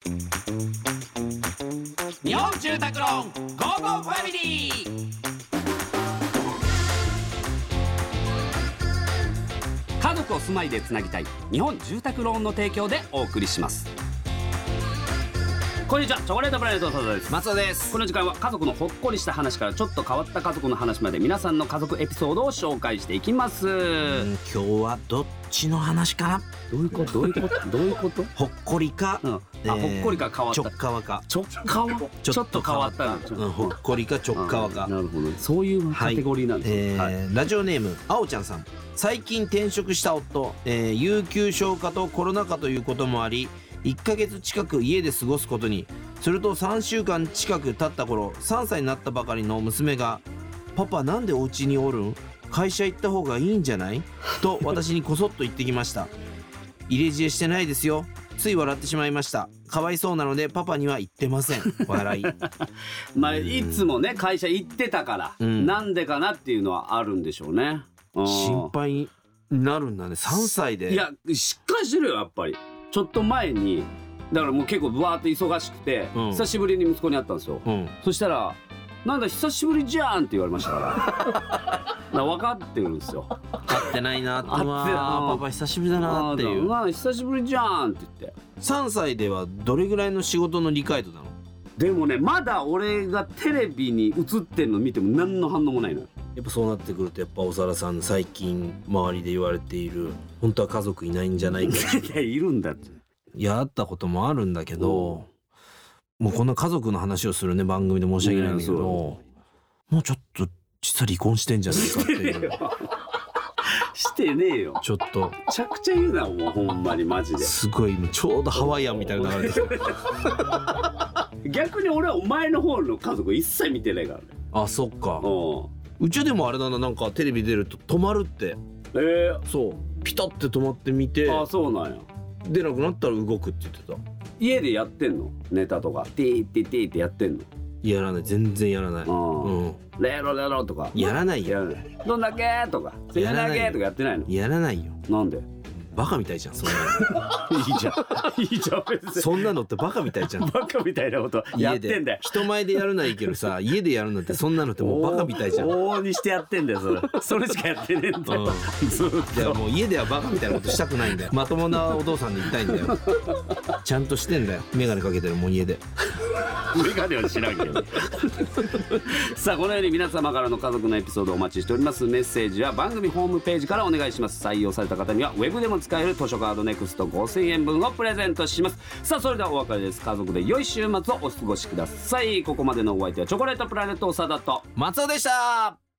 日本住宅ローンゴーゴーファミリー。家族を住まいでつなぎたい日本住宅ローンの提供でお送りします。こんにちは、チョコレートプラネットの佐藤です。 松尾です。 この時間は家族のほっこりした話からちょっと変わった家族の話まで皆さんの家族エピソードを紹介していきます。 今日はどっちの話かな。 どういうことどういうことほっこりか、 ほっこりか変わったちょっかわか。 ちょっと変わったほっこりかちょっかわか。 なるほど、そういうカテゴリーなんですね。 ラジオネームあおちゃんさん。最近転職した夫、有給消化とコロナ禍ということもあり1ヶ月近く家で過ごすことに。すると3週間近く経った頃、3歳になったばかりの娘がパパなんでお家におるん、会社行った方がいいんじゃないと私にこそっと言ってきました。入れ知恵してないですよ。つい笑ってしまいました。かわいそうなのでパパには言ってません。笑い。 まあいつもね会社行ってたから、なんでかなっていうのはあるんでしょうね。 心配になるんだね、3歳で。 いやしっかりしてるよやっぱり。ちょっと前にだからもう結構ブワーって忙しくて、久しぶりに息子に会ったんですよ。そしたらなんだ久しぶりじゃんって言われましたから分かってるんですよ。 会ってないなって、パパ久しぶりだなっていう。 久しぶりじゃんって言って。 3歳ではどれぐらいの仕事の理解度なの？ でもねまだ俺がテレビに映ってんの見ても何の反応もないのよ。 やっぱそうなってくるとやっぱおさらさん最近周りで言われている本当は家族いないんじゃないかいやいるんだって。 いやあったこともあるんだけど、もうこんな家族の話をするね番組で申し訳ないんだけど、もうちょっと実は離婚してんじゃないかっていうしてねえよ。 ちょっとめちゃくちゃ言うなもうほんまにマジで。 すごいちょうどハワイアンみたいな流れてきた逆に俺はお前の方の家族一切見てないからね。 あ、そっか。うちでもあれだな、なんかテレビ出ると止まるって。そうピタって止まって見て、 あ、そうなんや。出なくなったら動くって言ってた。 家でやってんの？ネタとかティーティーティーってやってんの？ やらない、全然やらない。 レロレロとかやらないよ。 どんだけとか次だけとかやってないの？ やらないよ。 なんで？ バカみたいじゃんそんなの。いいじゃんいいじゃん別に。そんなのってバカみたいじゃん。 バカみたいなことやってんだよ。 人前でやるないけどさ、家でやるのってそんなのってもうバカみたいじゃん。 往々にしてやってんだよそれしかやってねえんだよ。 じゃあもう家ではバカみたいなことしたくないんだよ。まともなお父さんでいたいんだよ。ちゃんとしてんだよ。眼鏡かけてるもん家で。 眼鏡は知らんけどさあこのように皆様からの家族のエピソードをお待ちしております。メッセージは番組ホームページからお願いします。採用された方にはウェブでも使える図書カードネクスト5000円分をプレゼントします。さあそれではお別れです。家族で良い週末をお過ごしください。ここまでのお相手はチョコレートプラネット長田と松尾でした。